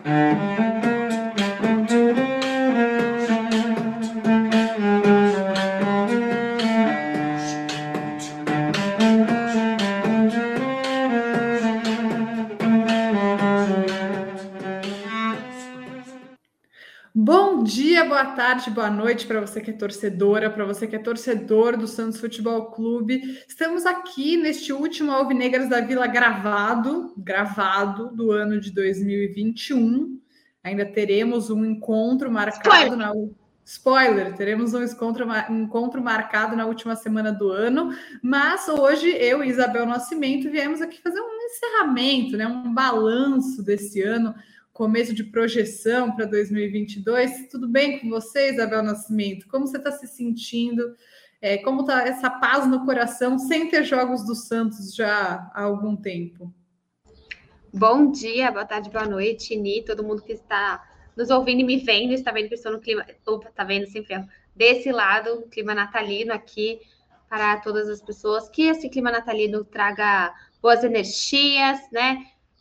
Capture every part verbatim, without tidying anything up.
Bom dia, boa tarde, boa noite para você que é torcedora, para você que é torcedor do Santos Futebol Clube. Estamos aqui neste último Alvinegras da Vila gravado, gravado do ano de dois mil e vinte e um. Ainda teremos um encontro marcado Spoiler. na Spoiler, teremos um encontro, um encontro marcado na última semana do ano, mas hoje eu e Isabel Nascimento viemos aqui fazer um encerramento, né, um balanço desse ano, começo de projeção para dois mil e vinte e dois. Tudo bem com você, Isabel Nascimento? Como você está se sentindo? É, como está essa paz no coração sem ter jogos do Santos já há algum tempo? Bom dia, boa tarde, boa noite, Ni, todo mundo que está nos ouvindo e me vendo, está vendo que estou no clima, opa, tá vendo sem ferro, desse lado, clima natalino aqui para todas as pessoas, que esse clima natalino traga boas energias, né?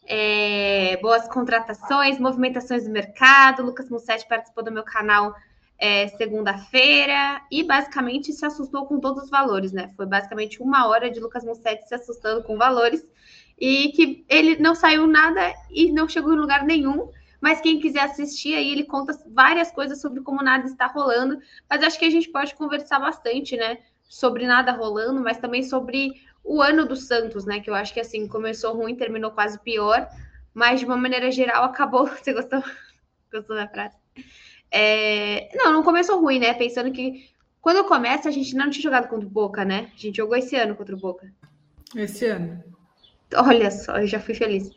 É, boas contratações, movimentações do mercado. Lucas Mussetti participou do meu canal é, segunda-feira e basicamente se assustou com todos os valores, né? Foi basicamente uma hora de Lucas Mussetti se assustando com valores e que ele não saiu nada e não chegou em lugar nenhum. Mas quem quiser assistir aí, ele conta várias coisas sobre como nada está rolando. Mas acho que a gente pode conversar bastante, né? Sobre nada rolando, mas também sobre o ano do Santos, né? Que eu acho que assim, começou ruim, terminou quase pior, mas de uma maneira geral acabou. Você gostou? Gostou da frase? É... Não, não começou ruim, né? Pensando que quando começa, a gente não tinha jogado contra o Boca, né? A gente jogou esse ano contra o Boca. Esse ano. Olha só, eu já fui feliz.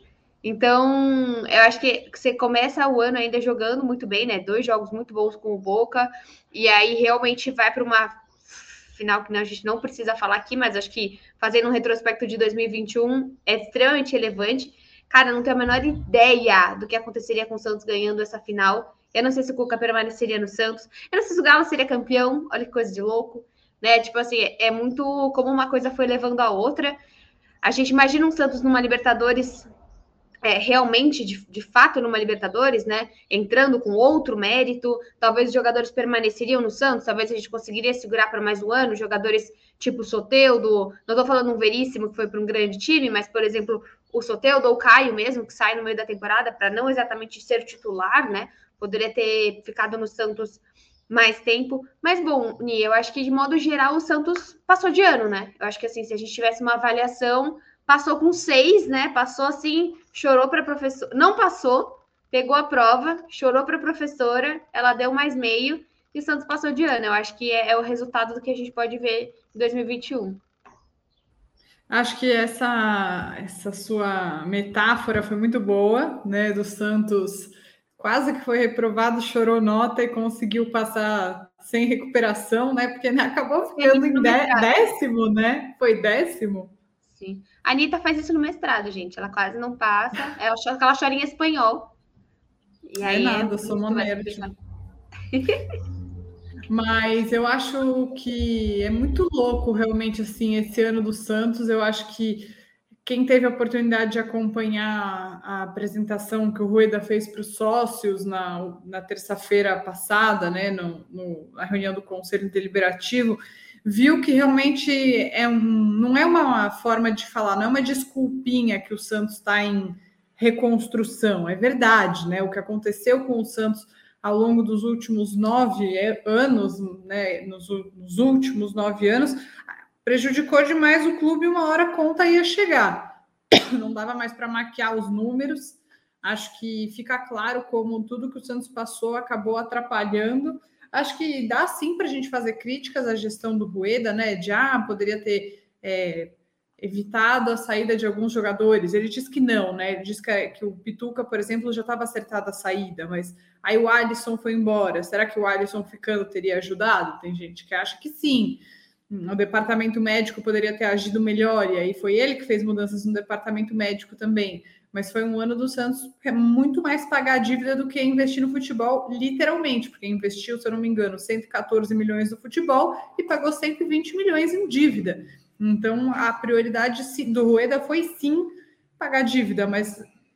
Então, eu acho que você começa o ano ainda jogando muito bem, né? Dois jogos muito bons com o Boca, e aí realmente vai para uma final que a gente não precisa falar aqui, mas acho que fazendo um retrospecto de dois mil e vinte e um é extremamente relevante. Cara, não tenho a menor ideia do que aconteceria com o Santos ganhando essa final. Eu não sei se o Cuca permaneceria no Santos. Eu não sei se o Galo seria campeão. Olha que coisa de louco, né? Tipo assim, é muito como uma coisa foi levando a outra. A gente imagina um Santos numa Libertadores, é, realmente, de, de fato, numa Libertadores, né? Entrando com outro mérito, talvez os jogadores permaneceriam no Santos, talvez a gente conseguiria segurar para mais um ano, jogadores tipo o Soteldo, não estou falando um Veríssimo que foi para um grande time, mas, por exemplo, o Soteldo ou o Caio mesmo, que sai no meio da temporada para não exatamente ser titular, né? Poderia ter ficado no Santos mais tempo. Mas, bom, Ni, eu acho que, de modo geral, o Santos passou de ano, né? Eu acho que, assim, se a gente tivesse uma avaliação, passou com seis, né? Passou, assim, chorou para a professora. Não passou, pegou a prova, chorou para a professora, ela deu mais meio, e o Santos passou de ano. Eu acho que é, é o resultado do que a gente pode ver em dois mil e vinte e um. Acho que essa, essa sua metáfora foi muito boa, né? Do Santos quase que foi reprovado, chorou nota e conseguiu passar sem recuperação, né? Porque acabou ficando em décimo, né? Foi décimo. Sim. A Anitta faz isso no mestrado, gente. Ela quase não passa. Ela chora aquela chorinha espanhol. E aí é nada, é eu sou uma nerd. Vai... Mas eu acho que é muito louco realmente assim esse ano do Santos. Eu acho que quem teve a oportunidade de acompanhar a apresentação que o Rueda fez para os sócios na, na terça-feira passada, né, no, no, na reunião do Conselho Deliberativo, viu que realmente é um, não é uma forma de falar, não é uma desculpinha que o Santos está em reconstrução. É verdade, né? O que aconteceu com o Santos ao longo dos últimos nove anos, né, nos, nos últimos nove anos, prejudicou demais o clube. Uma hora a conta ia chegar. Não dava mais para maquiar os números. Acho que fica claro como tudo que o Santos passou acabou atrapalhando. Acho que dá sim para a gente fazer críticas à gestão do Rueda, né? De ah, poderia ter é, evitado a saída de alguns jogadores. Ele diz que não, né? Ele diz que, que o Pituca, por exemplo, já estava acertada a saída, mas aí o Alisson foi embora. Será que o Alisson ficando teria ajudado? Tem gente que acha que sim. O departamento médico poderia ter agido melhor, e aí foi ele que fez mudanças no departamento médico também. Mas foi um ano do Santos que é muito mais pagar a dívida do que investir no futebol, literalmente, porque investiu, se eu não me engano, cento e quatorze milhões no futebol e pagou cento e vinte milhões em dívida. Então, a prioridade do Rueda foi sim pagar dívida, mas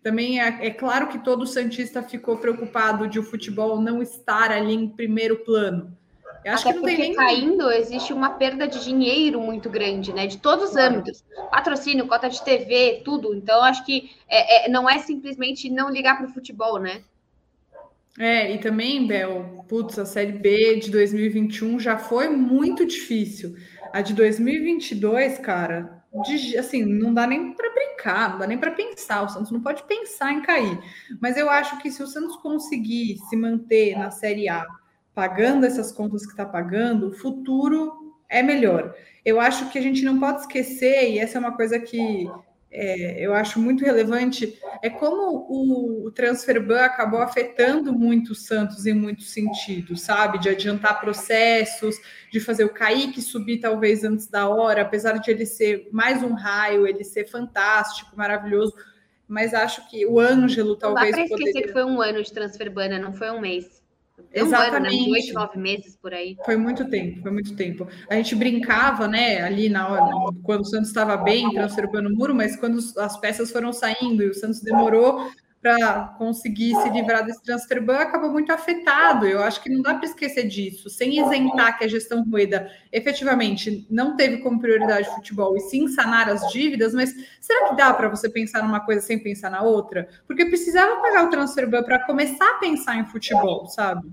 também é, é claro que todo santista ficou preocupado de o futebol não estar ali em primeiro plano. Eu acho Até que não porque tem nem... caindo existe uma perda de dinheiro muito grande, né? De todos os Claro. âmbitos. Patrocínio, cota de T V, tudo. Então, acho que é, é, não é simplesmente não ligar para o futebol, né? É, e também, Bel, putz, a Série B de dois mil e vinte e um já foi muito difícil. A de dois mil e vinte e dois, cara, de, assim, não dá nem para brincar, não dá nem para pensar. O Santos não pode pensar em cair. Mas eu acho que se o Santos conseguir se manter na Série A, pagando essas contas que está pagando, o futuro é melhor. Eu acho que a gente não pode esquecer, e essa é uma coisa que é, eu acho muito relevante, é como o, o transfer ban acabou afetando muito o Santos em muitos sentidos, sabe? De adiantar processos, de fazer o Kaique subir talvez antes da hora, apesar de ele ser mais um raio, ele ser fantástico, maravilhoso, mas acho que o Ângelo talvez Não dá para esquecer poderia... que foi um ano de transfer ban, né? Não foi um mês. Deu Exatamente. Um ano, né? Oito, nove meses por aí. Foi muito tempo, foi muito tempo. A gente brincava, né, ali na hora, quando o Santos estava bem, transferando o muro, mas quando as peças foram saindo e o Santos demorou para conseguir se livrar desse transfer ban, acabou muito afetado. Eu acho que não dá para esquecer disso, sem isentar que a gestão Rueda efetivamente não teve como prioridade o futebol e sim sanar as dívidas, mas será que dá para você pensar numa coisa sem pensar na outra? Porque precisava pagar o transfer ban para começar a pensar em futebol, sabe?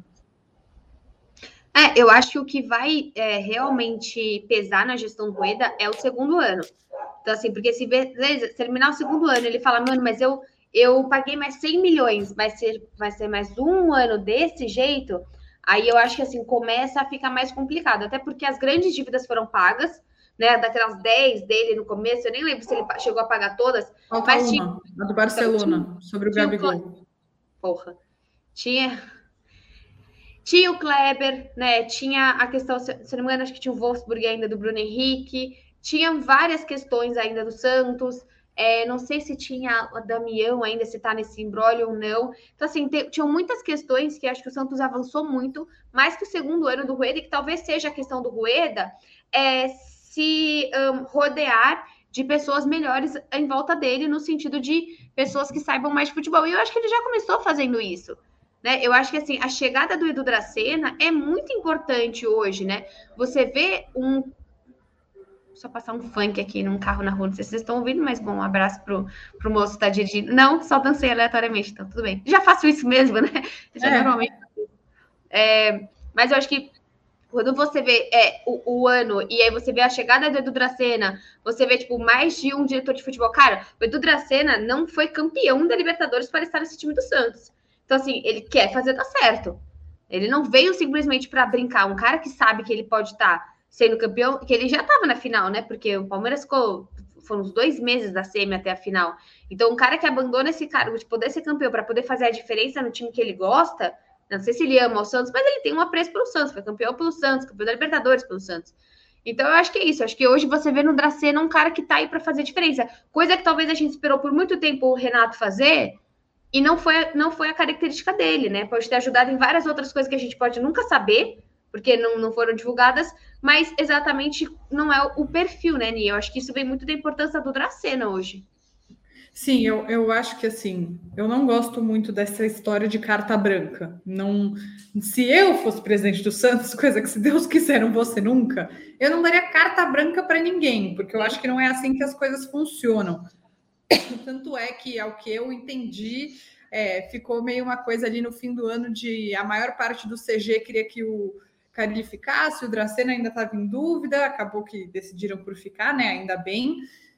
É, eu acho que o que vai é, realmente pesar na gestão do Rueda é o segundo ano. Então, assim, porque se beleza, terminar o segundo ano, ele fala, mano, mas eu, eu paguei mais cem milhões, vai ser, vai ser mais um ano desse jeito, aí eu acho que, assim, começa a ficar mais complicado, até porque as grandes dívidas foram pagas, né, daquelas dez dele no começo, eu nem lembro se ele chegou a pagar todas. Falta mas uma, tinha, a do Barcelona, então, tinha, sobre o Gabigol. O, porra, tinha... Tinha o Kleber, né? Tinha a questão, se não me engano, acho que tinha o Wolfsburg ainda do Bruno Henrique. Tinha várias questões ainda do Santos. É, não sei se tinha o Damião ainda, se tá nesse imbróglio ou não. Então, assim, te, tinham muitas questões que acho que o Santos avançou muito, mais que o segundo ano do Rueda, e que talvez seja a questão do Rueda, é se um, rodear de pessoas melhores em volta dele, no sentido de pessoas que saibam mais de futebol. E eu acho que ele já começou fazendo isso. Né? Eu acho que assim, a chegada do Edu Dracena é muito importante hoje, né? Você vê um. Só passar um funk aqui num carro na rua, não sei se vocês estão ouvindo, mas bom, um abraço pro, pro moço que tá dirigindo. Não, só dancei aleatoriamente, então tudo bem. Já faço isso mesmo, né? Já é. Normalmente. É, mas eu acho que quando você vê é, o, o ano e aí você vê a chegada do Edu Dracena, você vê, tipo, mais de um diretor de futebol. Cara, o Edu Dracena não foi campeão da Libertadores para estar nesse time do Santos. Então, assim, ele quer fazer dar certo. Ele não veio simplesmente para brincar. Um cara que sabe que ele pode estar sendo campeão, que ele já estava na final, né? Porque o Palmeiras ficou, foram uns dois meses da semi até a final. Então, um cara que abandona esse cargo de poder ser campeão para poder fazer a diferença no time que ele gosta, não sei se ele ama o Santos, mas ele tem um apreço pelo Santos. Foi campeão pelo Santos, campeão da Libertadores pelo Santos. Então, eu acho que é isso. Eu acho que hoje você vê no Dracena um cara que tá aí para fazer diferença. Coisa que talvez a gente esperou por muito tempo o Renato fazer, e não foi, não foi a característica dele, né? Pode ter ajudado em várias outras coisas que a gente pode nunca saber, porque não, não foram divulgadas, mas exatamente não é o perfil, né, Nia? Eu acho que isso vem muito da importância do Dracena hoje. Sim, eu, eu acho que assim, eu não gosto muito dessa história de carta branca. Não, se eu fosse presidente do Santos, coisa que se Deus quiser não vou ser nunca, eu não daria carta branca para ninguém, porque eu acho que não é assim que as coisas funcionam. Tanto é que, ao que eu entendi, é, ficou meio uma coisa ali no fim do ano de a maior parte do C G queria que o Carille ficasse, o Dracena ainda estava em dúvida, acabou que decidiram por ficar, né? Ainda bem,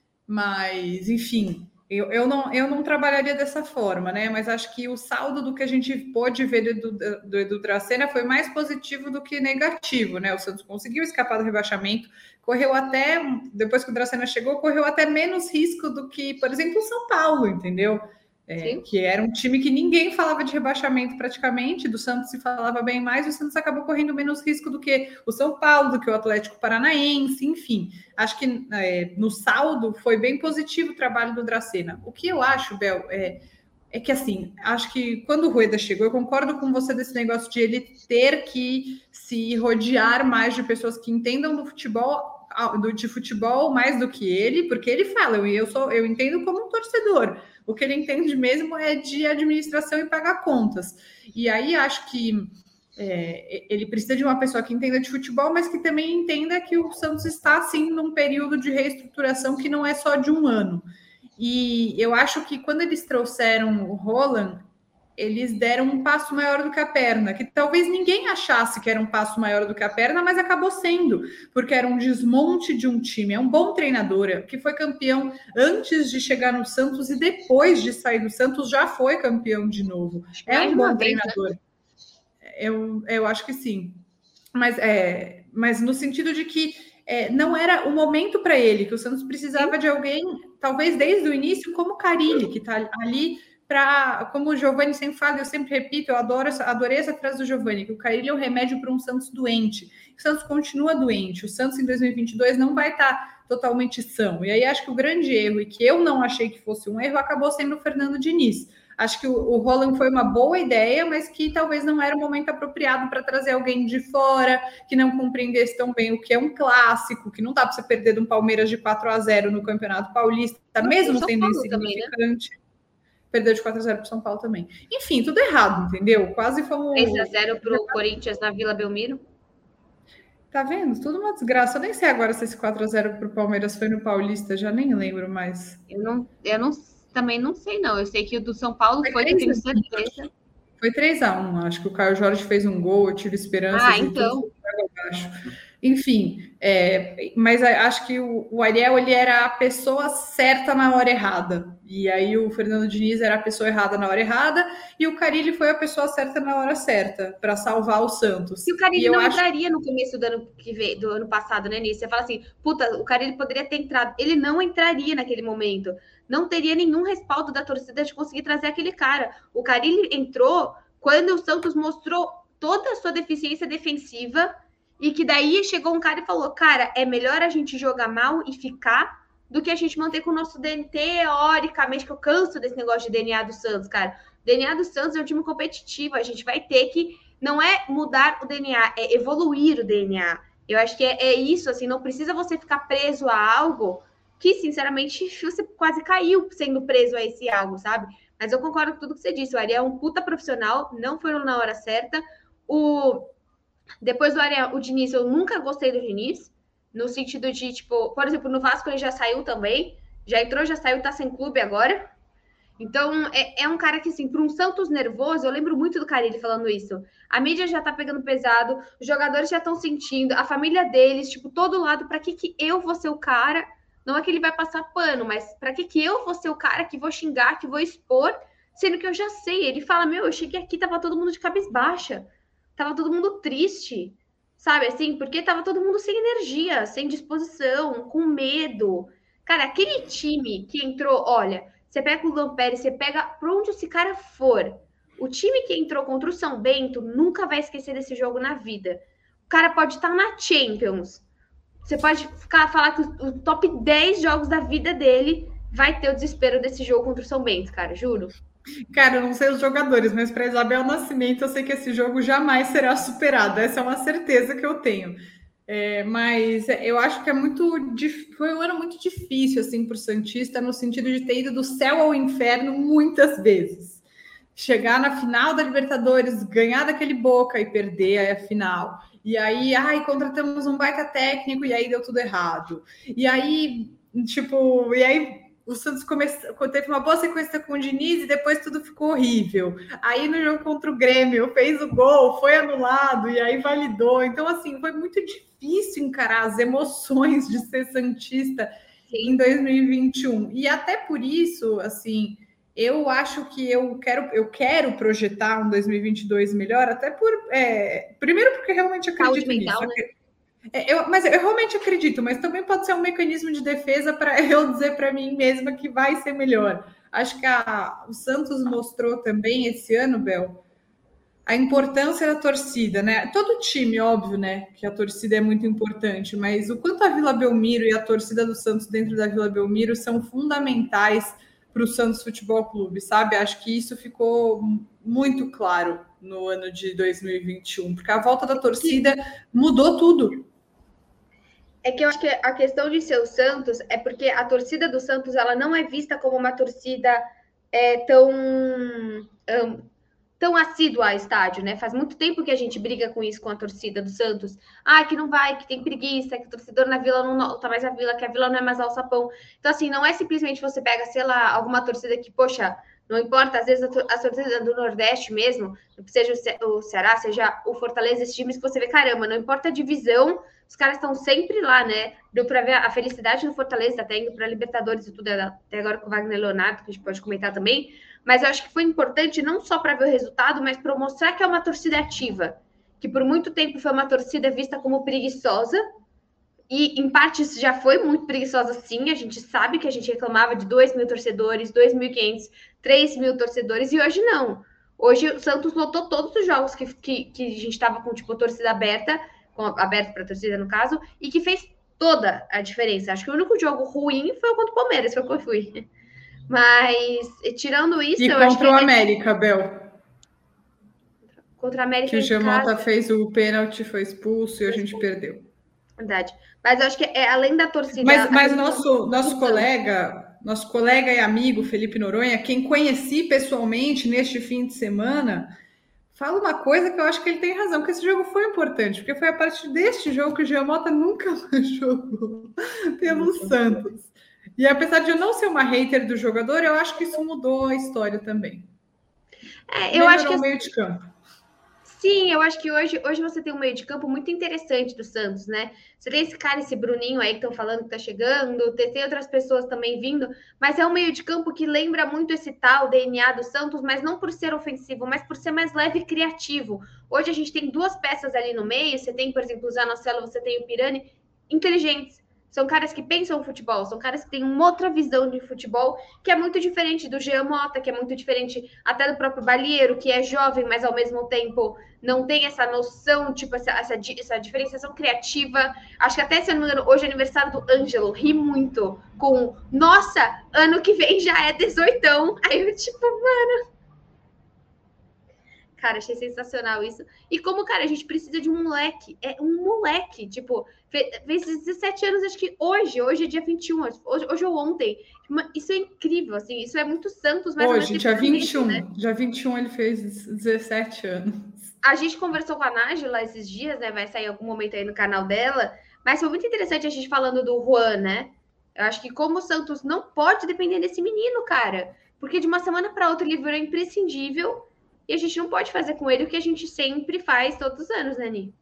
mas enfim, eu, eu, não, eu não trabalharia dessa forma, né? Mas acho que o saldo do que a gente pôde ver do, do, do Edu Dracena foi mais positivo do que negativo, né? O Santos conseguiu escapar do rebaixamento, correu até, depois que o Dracena chegou, correu até menos risco do que, por exemplo, o São Paulo, entendeu? É, que era um time que ninguém falava de rebaixamento praticamente, do Santos se falava bem mais, o Santos acabou correndo menos risco do que o São Paulo, do que o Atlético Paranaense, enfim. Acho que é, no saldo foi bem positivo o trabalho do Dracena. O que eu acho, Bel, é, é que assim, acho que quando o Rueda chegou, eu concordo com você desse negócio de ele ter que se rodear mais de pessoas que entendam do futebol, do, de futebol mais do que ele, porque ele fala, eu, eu, sou, eu entendo como um torcedor, O que ele entende mesmo é de administração e pagar contas. E aí acho que é, ele precisa de uma pessoa que entenda de futebol, mas que também entenda que o Santos está, sim, num período de reestruturação que não é só de um ano. E eu acho que quando eles trouxeram o Roland, eles deram um passo maior do que a perna, que talvez ninguém achasse que era um passo maior do que a perna, mas acabou sendo, porque era um desmonte de um time. É um bom treinador, que foi campeão antes de chegar no Santos e depois de sair do Santos já foi campeão de novo. É um bom treinador. Eu, eu acho que sim. Mas, é, mas no sentido de que é, não era o momento para ele, que o Santos precisava sim. de alguém, talvez desde o início, como o Carille, que está ali... Pra, como o Giovani sempre fala, eu sempre repito, eu adoro, adorei essa frase do Giovani, que o Carille é o remédio para um Santos doente. O Santos continua doente, o Santos em dois mil e vinte e dois não vai estar totalmente são. E aí acho que o grande erro, e que eu não achei que fosse um erro, acabou sendo o Fernando Diniz. Acho que o, o Roland foi uma boa ideia, mas que talvez não era o momento apropriado para trazer alguém de fora, que não compreendesse tão bem o que é um clássico, que não dá para você perder de um Palmeiras de quatro a zero no Campeonato Paulista, mesmo sendo insignificante. Também, né? Perdeu de quatro a zero para o São Paulo também. Enfim, tudo errado, entendeu? Quase fomos... três a zero para o Corinthians na Vila Belmiro. Tá vendo? Tudo uma desgraça. Eu nem sei agora se esse quatro a zero para o Palmeiras foi no Paulista, já nem lembro mais. Eu, não, eu não, também não sei, não. Eu sei que o do São Paulo foi, foi tenho certeza. Foi três a um, acho que o Caio Jorge fez um gol, eu tive esperança. Ah, então. Enfim, é, mas acho que o, o Ariel ele era a pessoa certa na hora errada. E aí o Fernando Diniz era a pessoa errada na hora errada, e o Carille foi a pessoa certa na hora certa, para salvar o Santos. E o Carille não acho... entraria no começo do ano, que veio, do ano passado, né, Nisso? Você fala assim, puta, o Carille poderia ter entrado. Ele não entraria naquele momento. Não teria nenhum respaldo da torcida de conseguir trazer aquele cara. O Carille entrou quando o Santos mostrou toda a sua deficiência defensiva, e que daí chegou um cara e falou, cara, é melhor a gente jogar mal e ficar do que a gente manter com o nosso D N A, teoricamente, que eu canso desse negócio de D N A do Santos, cara. O D N A do Santos é um time competitivo, a gente vai ter que, não é mudar o D N A, é evoluir o D N A. Eu acho que é, é isso, assim, não precisa você ficar preso a algo que, sinceramente, você quase caiu sendo preso a esse algo, sabe? Mas eu concordo com tudo que você disse, o Ariel é um puta profissional, não foi na hora certa. O... Depois do Ariel, o Diniz, eu nunca gostei do Diniz, no sentido de, tipo, por exemplo, no Vasco ele já saiu também, já entrou, já saiu, tá sem clube agora. Então, é, é um cara que, assim, para um Santos nervoso, eu lembro muito do Carille falando isso. A mídia já tá pegando pesado, os jogadores já estão sentindo, a família deles, tipo, todo lado, para que que eu vou ser o cara? Não é que ele vai passar pano, mas para que que eu vou ser o cara que vou xingar, que vou expor, sendo que eu já sei. Ele fala, meu, eu cheguei aqui, tava todo mundo de cabeça baixa. Tava todo mundo triste, sabe, assim, porque tava todo mundo sem energia, sem disposição, com medo. Cara, aquele time que entrou, olha, você pega o Lampere, você pega pra onde esse cara for. O time que entrou contra o São Bento nunca vai esquecer desse jogo na vida. O cara pode estar na Champions. Você pode ficar, falar que o top dez jogos da vida dele vai ter o desespero desse jogo contra o São Bento, cara, juro. Cara, eu não sei os jogadores, mas para Isabel Nascimento eu sei que esse jogo jamais será superado. Essa é uma certeza que eu tenho. É, mas eu acho que é muito foi um ano muito difícil assim para o Santista, no sentido de ter ido do céu ao inferno muitas vezes. Chegar na final da Libertadores, ganhar daquele Boca e perder a final. E aí, ai, contratamos um baita técnico e aí deu tudo errado. E aí, tipo, e aí o Santos começou, teve uma boa sequência com o Diniz e depois tudo ficou horrível. Aí no jogo contra o Grêmio fez o gol, foi anulado e aí validou. Então, assim, foi muito difícil encarar as emoções de ser santista Sim. em dois mil e vinte e um. E até por isso, assim, eu acho que eu quero, eu quero projetar um dois mil e vinte e dois melhor, até por... É, primeiro porque realmente acredito nisso. Mental, né? Eu, mas eu realmente acredito, mas também pode ser um mecanismo de defesa para eu dizer para mim mesma que vai ser melhor. Acho que a, o Santos mostrou também esse ano, Bel, a importância da torcida, né? Todo time, óbvio, né? Que a torcida é muito importante, mas o quanto a Vila Belmiro e a torcida do Santos dentro da Vila Belmiro são fundamentais para o Santos Futebol Clube, sabe? Acho que isso ficou muito claro no ano de dois mil e vinte e um, porque a volta da torcida mudou tudo. É que eu acho que a questão de ser o Santos é porque a torcida do Santos ela não é vista como uma torcida é, tão, um, tão assíduo ao estádio, né? Faz muito tempo que a gente briga com isso com a torcida do Santos. Ah, que não vai, que tem preguiça, que o torcedor na Vila não volta mais a Vila, que a Vila não é mais alçapão. Então, assim, não é simplesmente você pega, sei lá, alguma torcida que, poxa, não importa, às vezes a torcida do Nordeste mesmo, seja o Ceará, seja o Fortaleza, esses times que você vê, caramba, não importa a divisão, os caras estão sempre lá, né? Deu para ver a felicidade do Fortaleza, até indo para a Libertadores e tudo, até agora com o Wagner Leonardo, que a gente pode comentar também. Mas eu acho que foi importante não só para ver o resultado, mas para mostrar que é uma torcida ativa, que por muito tempo foi uma torcida vista como preguiçosa, e em partes já foi muito preguiçosa sim, a gente sabe que a gente reclamava de dois mil torcedores, dois mil e quinhentos, três mil torcedores, e hoje não. Hoje o Santos lotou todos os jogos que, que, que a gente estava com tipo torcida aberta, com, aberta para a torcida no caso, e que fez toda a diferença. Acho que o único jogo ruim foi o contra o Palmeiras, foi o que eu fui. Mas, tirando isso... E eu contra acho que o América, Bel? Contra o América que o Gemota casa... fez o pênalti, foi expulso e a gente perdeu. Verdade. Mas eu acho que é além da torcida... Mas, mas nosso, nosso colega, nosso colega e amigo Felipe Noronha, quem conheci pessoalmente neste fim de semana, fala uma coisa que eu acho que ele tem razão, que esse jogo foi importante, porque foi a partir deste jogo que o Gemota nunca mais jogou pelo Muito Santos. Bom. E apesar de eu não ser uma hater do jogador, eu acho que isso mudou a história também. É, eu Melhorou acho que o meio de campo. Sim, eu acho que hoje, hoje você tem um meio de campo muito interessante do Santos, né? Você tem esse cara, esse Bruninho aí que estão falando que tá chegando, tem, tem outras pessoas também vindo, mas é um meio de campo que lembra muito esse tal D N A do Santos, mas não por ser ofensivo, mas por ser mais leve e criativo. Hoje a gente tem duas peças ali no meio, você tem, por exemplo, o Zanocelo, você tem o Pirani, inteligentes. São caras que pensam o futebol, são caras que têm uma outra visão de futebol, que é muito diferente do Jean Mota, que é muito diferente até do próprio Balieiro, que é jovem, mas ao mesmo tempo não tem essa noção, tipo, essa, essa, essa diferenciação criativa. Acho que até, se eu não me engano, hoje é aniversário do Ângelo, ri muito com, nossa, ano que vem já é dezoitão. Aí eu, tipo, mano... Cara, achei sensacional isso. E como, cara, a gente precisa de um moleque. É um moleque. Tipo, fez dezessete anos, acho que hoje. Hoje é dia vinte e um. Hoje, hoje ou ontem. Isso é incrível, assim. Isso é muito Santos. Mas hoje, dia vinte e um. Né? Dia vinte e um ele fez dezessete anos. A gente conversou com a Nájila esses dias, né? Vai sair em algum momento aí no canal dela. Mas foi muito interessante a gente falando do Juan, né? Eu acho que como o Santos não pode depender desse menino, cara. Porque de uma semana para outra ele virou imprescindível. E a gente não pode fazer com ele o que a gente sempre faz todos os anos, né, Ni?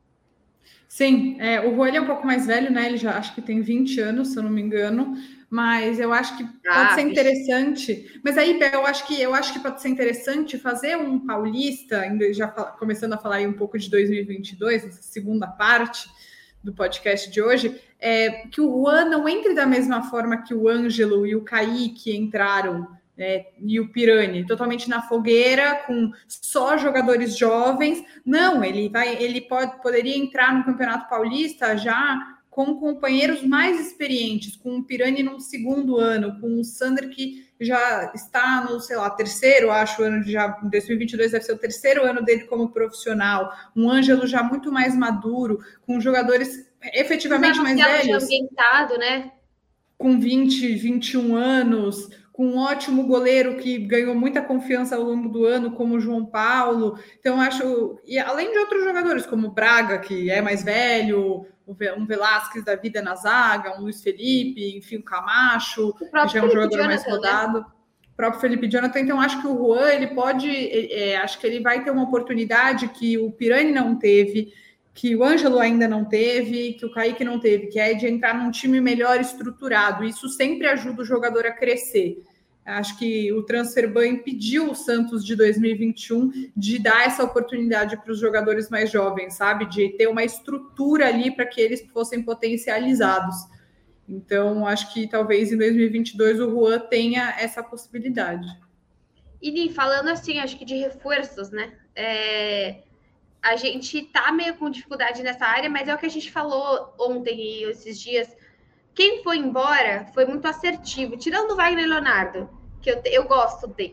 Sim, é, o Juan é um pouco mais velho, né? Ele já acho que tem vinte anos, se eu não me engano. Mas eu acho que pode ah, ser interessante. Bicho. Mas aí, eu acho que eu acho que pode ser interessante fazer um paulista, ainda já fala, começando a falar aí um pouco de dois mil e vinte e dois, essa segunda parte do podcast de hoje, é que o Juan não entre da mesma forma que o Ângelo e o Kaique entraram. É, e o Pirani, totalmente na fogueira, com só jogadores jovens. Não, ele vai, ele pode, poderia entrar no Campeonato Paulista já com companheiros mais experientes, com o Pirani no segundo ano, com o Sander que já está no, sei lá, terceiro, acho, ano de já, dois mil e vinte e dois deve ser o terceiro ano dele como profissional, um Ângelo já muito mais maduro, com jogadores efetivamente mais velhos. Ambientado, né? Com vinte, vinte e um anos, com um ótimo goleiro que ganhou muita confiança ao longo do ano, como o João Paulo. Então, acho... E além de outros jogadores, como o Braga, que é mais velho, um Velasquez da vida na zaga, um Luiz Felipe, enfim, o Camacho, que já é um jogador Jonathan, mais rodado. Né? O próprio Felipe Jonathan. Então, acho que o Juan, ele pode... É, acho que ele vai ter uma oportunidade que o Pirani não teve, que o Ângelo ainda não teve, que o Kaique não teve, que é de entrar num time melhor estruturado. Isso sempre ajuda o jogador a crescer. Acho que o Transfer Ban impediu o Santos de dois mil e vinte e um de dar essa oportunidade para os jogadores mais jovens, sabe? De ter uma estrutura ali para que eles fossem potencializados. Então, acho que talvez em dois mil e vinte e dois o Juan tenha essa possibilidade. E falando assim, acho que de reforços, né? É... A gente tá meio com dificuldade nessa área, mas é o que a gente falou ontem e esses dias. Quem foi embora foi muito assertivo, tirando o Wagner Leonardo, que eu, eu gosto dele.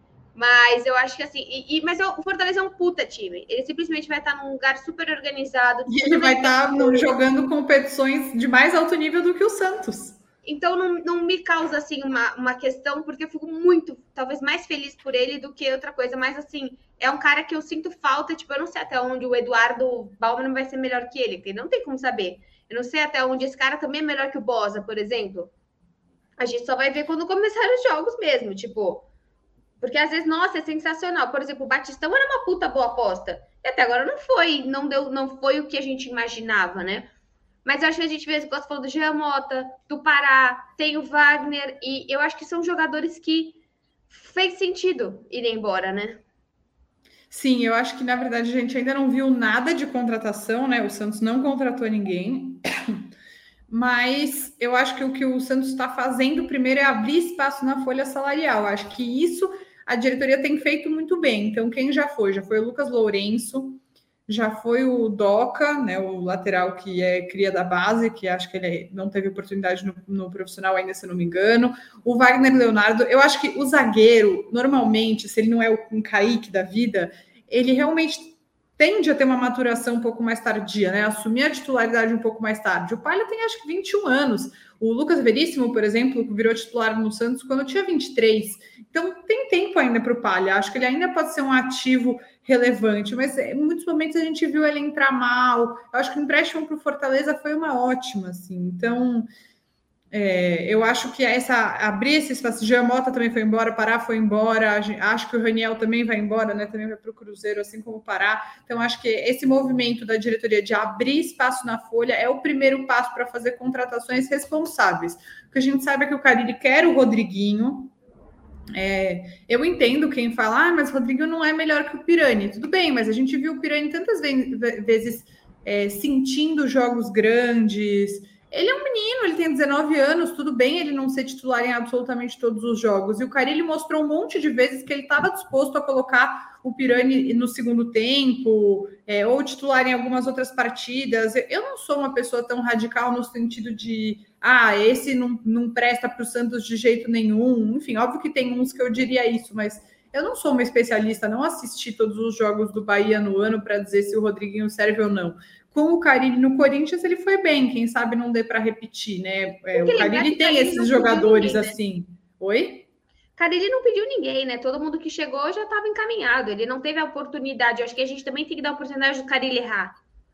Mas eu acho que assim... E, e, mas eu, o Fortaleza é um puta time. Ele simplesmente vai estar num lugar super organizado. E ele vai estar jogando competições de mais alto nível do que o Santos. Então não, não me causa assim uma, uma questão, porque eu fico muito, talvez mais feliz por ele do que outra coisa, mas assim, é um cara que eu sinto falta, tipo, eu não sei até onde o Eduardo Bauman vai ser melhor que ele, entendeu? Não tem como saber. Eu não sei até onde esse cara também é melhor que o Bosa, por exemplo. A gente só vai ver quando começarem os jogos mesmo, tipo, porque às vezes, nossa, é sensacional. Por exemplo, o Batistão era uma puta boa aposta. E até agora não foi, não deu, não foi o que a gente imaginava, né? Mas eu acho que a gente vê, como você falou do Jean Mota, do Pará, tem o Wagner, e eu acho que são jogadores que fez sentido irem embora, né? Sim, eu acho que na verdade a gente ainda não viu nada de contratação, né? O Santos não contratou ninguém. Mas eu acho que o que o Santos está fazendo primeiro é abrir espaço na folha salarial. Acho que isso a diretoria tem feito muito bem. Então, quem já foi? Já foi o Lucas Lourenço, já foi o Doca, né, o lateral que é cria da base, que acho que ele não teve oportunidade no, no profissional ainda, se não me engano. O Wagner Leonardo, eu acho que o zagueiro, normalmente, se ele não é um Kaique da vida, ele realmente tende a ter uma maturação um pouco mais tardia, né? Assumir a titularidade um pouco mais tarde. O Palha tem acho que vinte e um anos. O Lucas Veríssimo, por exemplo, virou titular no Santos quando tinha vinte e três. Então tem tempo ainda para o Palha. Acho que ele ainda pode ser um ativo relevante, mas em muitos momentos a gente viu ele entrar mal. Eu acho que o empréstimo para o Fortaleza foi uma ótima, assim. Então é, eu acho que essa abrir esse espaço, Jean Mota também foi embora, Pará foi embora, acho que o Raniel também vai embora, né? Também vai para o Cruzeiro, assim como o Pará. Então, acho que esse movimento da diretoria de abrir espaço na folha é o primeiro passo para fazer contratações responsáveis. O que a gente sabe é que o Carille quer o Rodriguinho. É, eu entendo quem fala, ah, mas o Rodriguinho não é melhor que o Pirani. Tudo bem, mas a gente viu o Pirani tantas vezes é, sentindo jogos grandes. Ele é um menino, ele tem dezenove anos, tudo bem ele não ser titular em absolutamente todos os jogos. E o Carille mostrou um monte de vezes que ele estava disposto a colocar o Pirani no segundo tempo, é, ou titular em algumas outras partidas. Eu não sou uma pessoa tão radical no sentido de, ah, esse não, não presta para o Santos de jeito nenhum. Enfim, óbvio que tem uns que eu diria isso, mas eu não sou uma especialista, não assisti todos os jogos do Bahia no ano para dizer se o Rodriguinho serve ou não. Com o Carille no Corinthians, ele foi bem, quem sabe não dê para repetir, né? É, o Carille tem esses jogadores ninguém, né? Assim. Oi? Carille não pediu ninguém, né? Todo mundo que chegou já estava encaminhado. Ele não teve a oportunidade. Eu acho que a gente também tem que dar a oportunidade do Carille errar.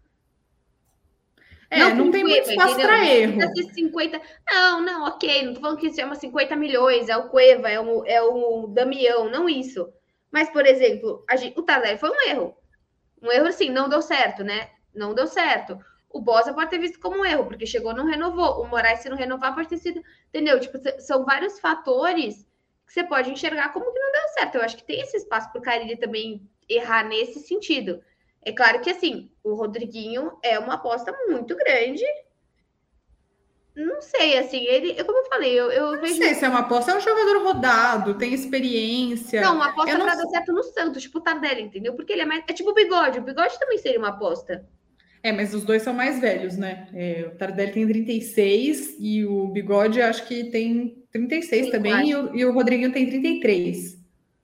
É, não, não tem Cueva, muito espaço para erro. cinquenta... Não, não, ok. Não tô falando que isso chama cinquenta milhões, é o Cueva, é o, é o Damião, não isso. Mas, por exemplo, a gente, o Tardelli foi um erro. Um erro, assim, não deu certo, né? Não deu certo. O Bosa pode ter visto como um erro, porque chegou e não renovou. O Moraes, se não renovar, pode ter sido... Entendeu? Tipo, são vários fatores que você pode enxergar como que não deu certo. Eu acho que tem esse espaço para o Carille também errar nesse sentido. É claro que, assim, o Rodriguinho é uma aposta muito grande. Não sei, assim, ele... Como eu falei, eu, eu não vejo... Não sei se é uma aposta, é um jogador rodado, tem experiência. Não, uma aposta para dar certo no Santos, tipo o Tardelli, entendeu? Porque ele é mais... É tipo o Bigode. O Bigode também seria uma aposta. É, mas os dois são mais velhos, né? É, o Tardelli tem trinta e seis e o Bigode acho que tem trinta e seis Sim, também, e o, e o Rodriguinho tem trinta e três.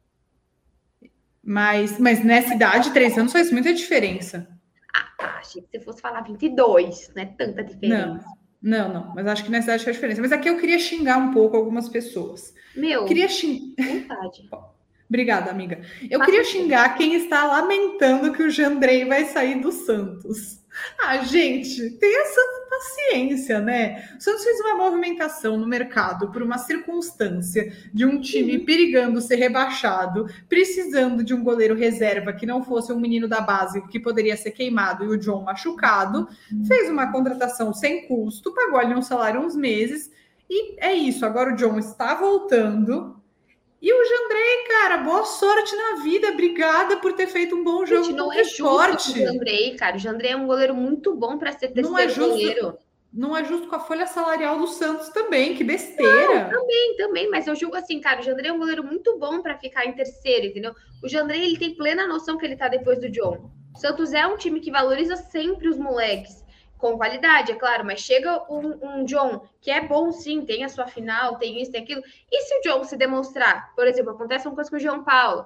Mas, mas nessa idade, três anos faz muita diferença. Ah, achei que você fosse falar vinte e dois, não é tanta diferença. Não, não, não, mas acho que nessa idade faz diferença. Mas aqui eu queria xingar um pouco algumas pessoas. Meu, queria xingar. Vontade. Obrigada, amiga. Eu Passa queria xingar quem está lamentando que o Jandrei vai sair do Santos. Ah, gente, tenha essa paciência, né? O Santos fez uma movimentação no mercado por uma circunstância de um time uhum. perigando ser rebaixado, precisando de um goleiro reserva que não fosse um menino da base que poderia ser queimado e o John machucado. Uhum. Fez uma contratação sem custo, pagou ali um salário uns meses e é isso. Agora o John está voltando. E o Jandrei, cara, boa sorte na vida. Obrigada por ter feito um bom jogo. Gente, não é justo o Jandrei, cara. O Jandrei é um goleiro muito bom para ser terceiro não é justo, goleiro. Não é justo com a folha salarial do Santos também, que besteira. Não, também, também. Mas eu julgo assim, cara, o Jandrei é um goleiro muito bom para ficar em terceiro, entendeu? O Jandrei, ele tem plena noção que ele tá depois do John. O Santos é um time que valoriza sempre os moleques. Com qualidade, é claro, mas chega um, um John que é bom sim, tem a sua final, tem isso, tem aquilo. E se o John se demonstrar, por exemplo, acontece uma coisa com o João Paulo,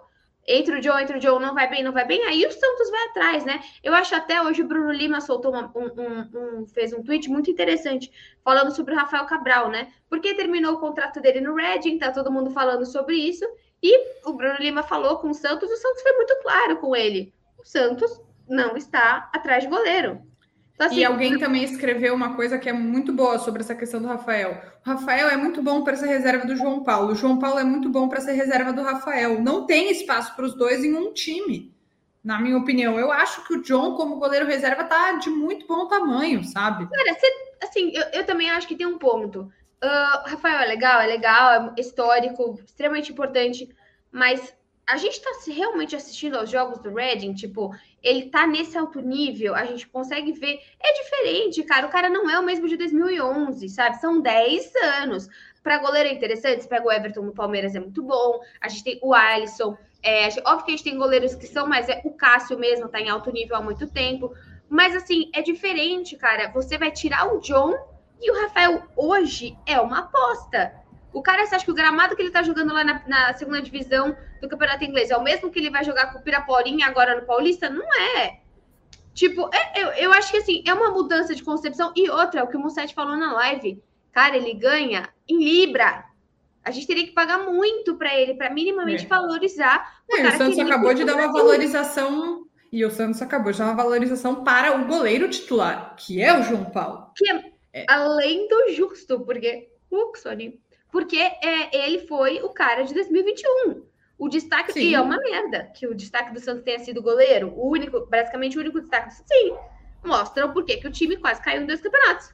Entra o John, entra o John, não vai bem, não vai bem, aí o Santos vai atrás, né? Eu acho até hoje o Bruno Lima soltou uma, um, um, um, fez um tweet muito interessante falando sobre o Rafael Cabral, né? Porque terminou o contrato dele no Reading, tá todo mundo falando sobre isso, e o Bruno Lima falou com o Santos, o Santos foi muito claro com ele. O Santos não está atrás de goleiro. Então, assim, e alguém também escreveu uma coisa que é muito boa sobre essa questão do Rafael. O Rafael é muito bom para ser reserva do João Paulo. O João Paulo é muito bom para ser reserva do Rafael. Não tem espaço para os dois em um time, na minha opinião. Eu acho que o John, como goleiro reserva, tá de muito bom tamanho, sabe? Cara, você, assim, eu, eu também acho que tem um ponto. Uh, Rafael é legal, é legal, é histórico, extremamente importante, mas a gente tá realmente assistindo aos jogos do Reading, tipo, ele tá nesse alto nível, a gente consegue ver, é diferente, cara, o cara não é o mesmo de dois mil e onze, sabe? São dez anos. Para goleiro é interessante, você pega o Everton no Palmeiras, é muito bom, a gente tem o Alisson, é, óbvio que a gente tem goleiros que são, mas é, o Cássio mesmo tá em alto nível há muito tempo, mas assim, é diferente, cara, você vai tirar o John e o Rafael hoje é uma aposta. O cara, você acha que o gramado que ele tá jogando lá na, na segunda divisão do Campeonato Inglês é o mesmo que ele vai jogar com o Piraporinha agora no Paulista? Não é. Tipo, é, eu, eu acho que assim, é uma mudança de concepção. E outra, é o que o Mussete falou na live. Cara, ele ganha em Libra. A gente teria que pagar muito para ele, para minimamente é. valorizar. O, é, o Santos acabou de dar uma valorização. E o Santos acabou de dar uma valorização para o goleiro titular, que é o João Paulo. Que é, é. além do justo, porque. Uxone, porque é, ele foi o cara de dois mil e vinte e um. O destaque, sim. E é uma merda que o destaque do Santos tenha sido goleiro, o único, basicamente o único destaque do Santos, sim. Mostra o porquê que o time quase caiu em dois campeonatos.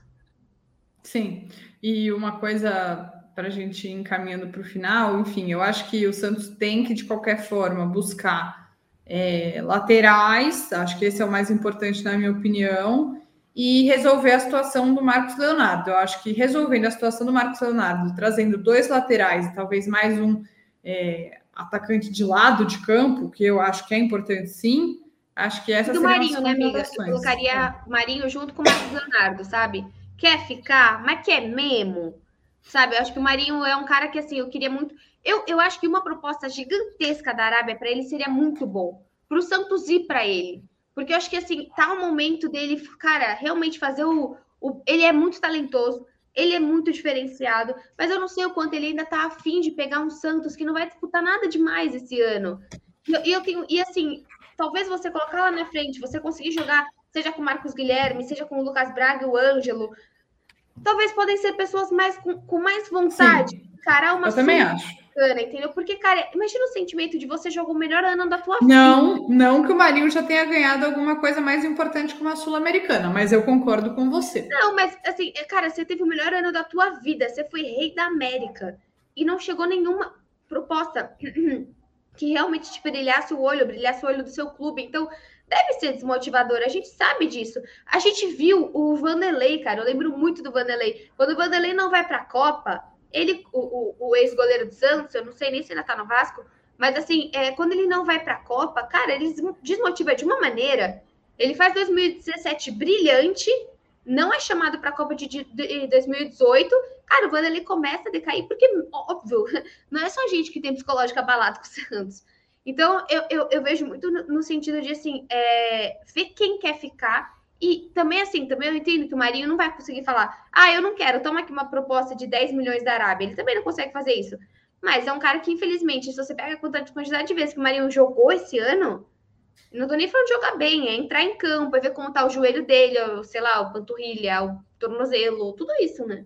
Sim, e uma coisa para a gente ir encaminhando para o final, enfim, eu acho que o Santos tem que, de qualquer forma, buscar é, laterais, acho que esse é o mais importante na minha opinião, e resolver a situação do Marcos Leonardo. Eu acho que resolvendo a situação do Marcos Leonardo, trazendo dois laterais e talvez mais um é, atacante de lado de campo, que eu acho que é importante sim, acho que essa do Marinho, né, amiga? Eu colocaria é. Marinho junto com o Marcos Leonardo, sabe? Quer ficar, mas quer mesmo, sabe? Eu acho que o Marinho é um cara que, assim, eu queria muito... Eu, eu acho que uma proposta gigantesca da Arábia para ele seria muito bom. Para o Santos ir para ele. Porque eu acho que, assim, tá o momento dele, cara, realmente fazer o, o... Ele é muito talentoso, ele é muito diferenciado, mas eu não sei o quanto ele ainda tá afim de pegar um Santos que não vai disputar nada demais esse ano. E eu, eu tenho... E, assim, talvez você colocar lá na frente, você conseguir jogar, seja com o Marcos Guilherme, seja com o Lucas Braga e o Ângelo, talvez podem ser pessoas mais com, com mais vontade Sim, de encarar uma eu também acho. Bacana, entendeu? Porque, cara, imagina o sentimento de você jogar o melhor ano da tua não, vida. Não que o Marinho já tenha ganhado alguma coisa mais importante que uma Sul-Americana, mas eu concordo com você. Não, mas, assim, cara, você teve o melhor ano da tua vida, você foi rei da América e não chegou nenhuma proposta que realmente te brilhasse o olho, brilhasse o olho do seu clube. Então, deve ser desmotivador, a gente sabe disso. A gente viu o Vanderlei, cara, eu lembro muito do Vanderlei. Quando o Vanderlei não vai para a Copa, ele, o, o, o ex-goleiro do Santos, eu não sei nem se ainda tá no Vasco, mas assim, é, quando ele não vai para a Copa, cara, ele desmotiva de uma maneira. Ele faz dois mil e dezessete brilhante, não é chamado para a Copa de, de, de dois mil e dezoito. Cara, o Vanderlei começa a decair, porque, óbvio, não é só gente que tem psicológico abalado com o Santos. Então, eu, eu, eu vejo muito no, no sentido de, assim, é, ver quem quer ficar. E também, assim, também eu entendo que o Marinho não vai conseguir falar, ah, eu não quero, toma aqui uma proposta de dez milhões da Arábia. Ele também não consegue fazer isso. Mas é um cara que, infelizmente, se você pega a quantidade de vezes que o Marinho jogou esse ano, não tô nem falando de jogar bem, é entrar em campo, é ver como tá o joelho dele, ou, sei lá, o panturrilha, o tornozelo, tudo isso, né?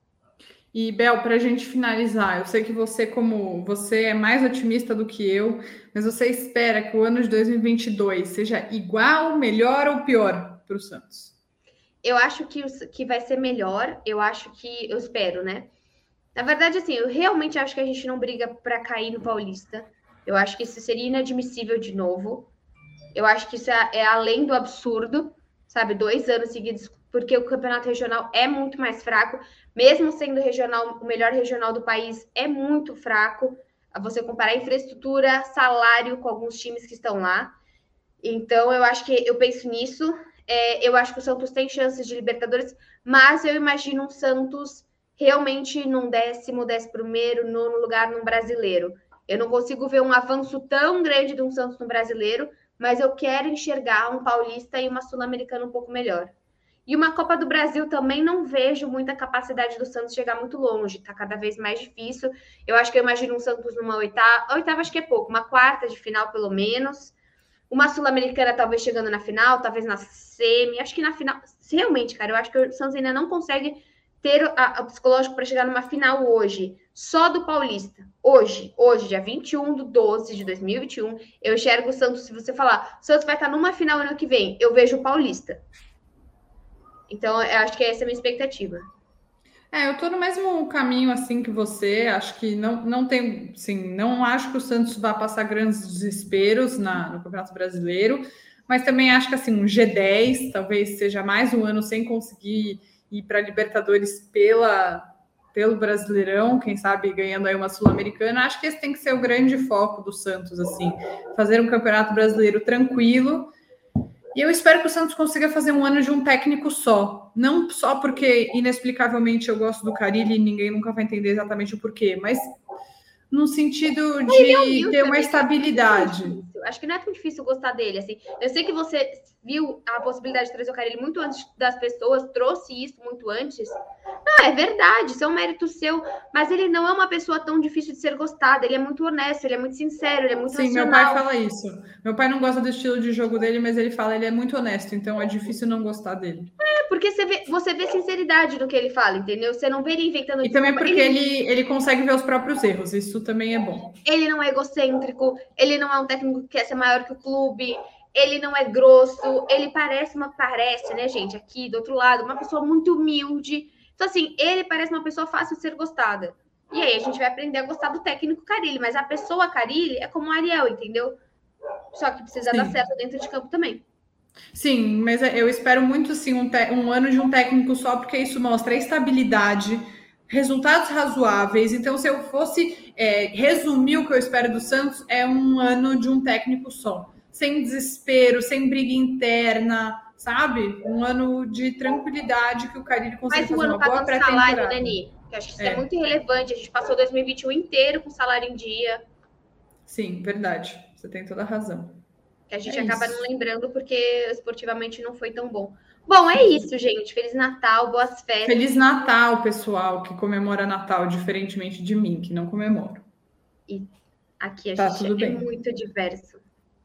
E, Bel, para a gente finalizar, eu sei que você, como você é mais otimista do que eu, mas você espera que o ano de dois mil e vinte e dois seja igual, melhor ou pior para o Santos? Eu acho que, que vai ser melhor, eu acho que, eu espero, né? Na verdade, assim, eu realmente acho que a gente não briga para cair no Paulista. Eu acho que isso seria inadmissível de novo. Eu acho que isso é, é além do absurdo, sabe? Dois anos seguidos, porque o campeonato regional é muito mais fraco. Mesmo sendo regional, o melhor regional do país, é muito fraco. Você comparar infraestrutura, salário com alguns times que estão lá. Então, eu acho que eu penso nisso. É, eu acho que o Santos tem chances de Libertadores, mas eu imagino um Santos realmente num décimo, décimo primeiro, nono lugar num brasileiro. Eu não consigo ver um avanço tão grande de um Santos no brasileiro, mas eu quero enxergar um paulista e uma sul-americana um pouco melhor. E uma Copa do Brasil também não vejo muita capacidade do Santos chegar muito longe, tá cada vez mais difícil. Eu acho que eu imagino um Santos numa oitava, a oitava acho que é pouco, uma quarta de final pelo menos. Uma sul-americana talvez chegando na final, talvez na semi, acho que na final, realmente, cara, eu acho que o Santos ainda não consegue ter o psicológico para chegar numa final hoje, só do Paulista. Hoje, hoje, dia vinte e um de doze de dois mil e vinte e um, eu enxergo o Santos, se você falar, o Santos vai estar numa final ano que vem, eu vejo o Paulista. Então, eu acho que essa é a minha expectativa. É, eu tô no mesmo caminho, assim, que você. Acho que não, não tem, sim, não acho que o Santos vá passar grandes desesperos na, no Campeonato Brasileiro, mas também acho que, assim, um G dez talvez seja mais um ano sem conseguir ir para Libertadores pela, pelo Brasileirão, quem sabe ganhando aí uma Sul-Americana. Acho que esse tem que ser o grande foco do Santos, assim, fazer um Campeonato Brasileiro tranquilo. E eu espero que o Santos consiga fazer um ano de um técnico só. Não só porque, inexplicavelmente, eu gosto do Carille e ninguém nunca vai entender exatamente o porquê, mas no sentido de ter uma estabilidade. Acho que não é tão difícil gostar dele, assim. Eu sei que você viu a possibilidade de trazer o Carille muito antes das pessoas, trouxe isso muito antes. Não, é verdade, isso é um mérito seu, mas ele não é uma pessoa tão difícil de ser gostada, ele é muito honesto, ele é muito sincero, ele é muito Sim, racional. Meu pai fala isso. Meu pai não gosta do estilo de jogo dele, mas ele fala, ele é muito honesto, então é difícil não gostar dele. É, porque você vê, você vê sinceridade no que ele fala, entendeu? Você não vê ele inventando... E também porque ele... ele, ele consegue ver os próprios erros, isso também é bom. Ele não é egocêntrico, ele não é um técnico que quer ser maior que o clube, ele não é grosso, ele parece uma... Parece, né, gente, aqui do outro lado, uma pessoa muito humilde. Então, assim, ele parece uma pessoa fácil de ser gostada. E aí a gente vai aprender a gostar do técnico Carille, mas a pessoa Carille é como o Ariel, entendeu? Só que precisa Sim. dar certo dentro de campo também. Sim, mas eu espero muito, sim, um, te... um ano de um técnico só, porque isso mostra estabilidade, resultados razoáveis. Então, se eu fosse é, resumir o que eu espero do Santos, é um ano de um técnico só. Sem desespero, sem briga interna, sabe? Um ano de tranquilidade que o Carille consegue fazer uma boa pré-temporada. Salário, né, Ni? Que acho que isso é. é muito relevante. A gente passou dois mil e vinte e um inteiro com salário em dia. Sim, verdade. Você tem toda a razão. Que a gente é acaba isso. não lembrando porque esportivamente não foi tão bom. Bom, é isso, gente. Feliz Natal, boas festas. Feliz Natal, pessoal que comemora Natal, diferentemente de mim, que não comemoro. E aqui a tá, gente tudo é bem. muito diverso.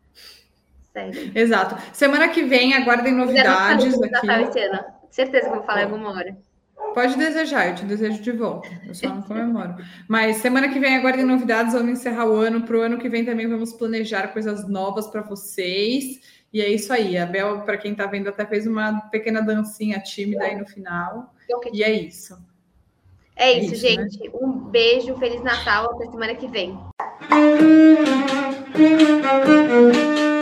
Sério. Exato. Semana que vem, aguardem novidades aqui. Natal esse ano. Certeza que eu vou falar em alguma hora. Pode desejar, eu te desejo de volta. Eu só não comemoro. Mas semana que vem, aguardem novidades, vamos encerrar o ano. Para o ano que vem também vamos planejar coisas novas para vocês. E é isso aí. A Bel, para quem está vendo, até fez uma pequena dancinha tímida aí no final. E é isso. É isso, é isso gente. Né? Um beijo, Feliz Natal. Até semana que vem.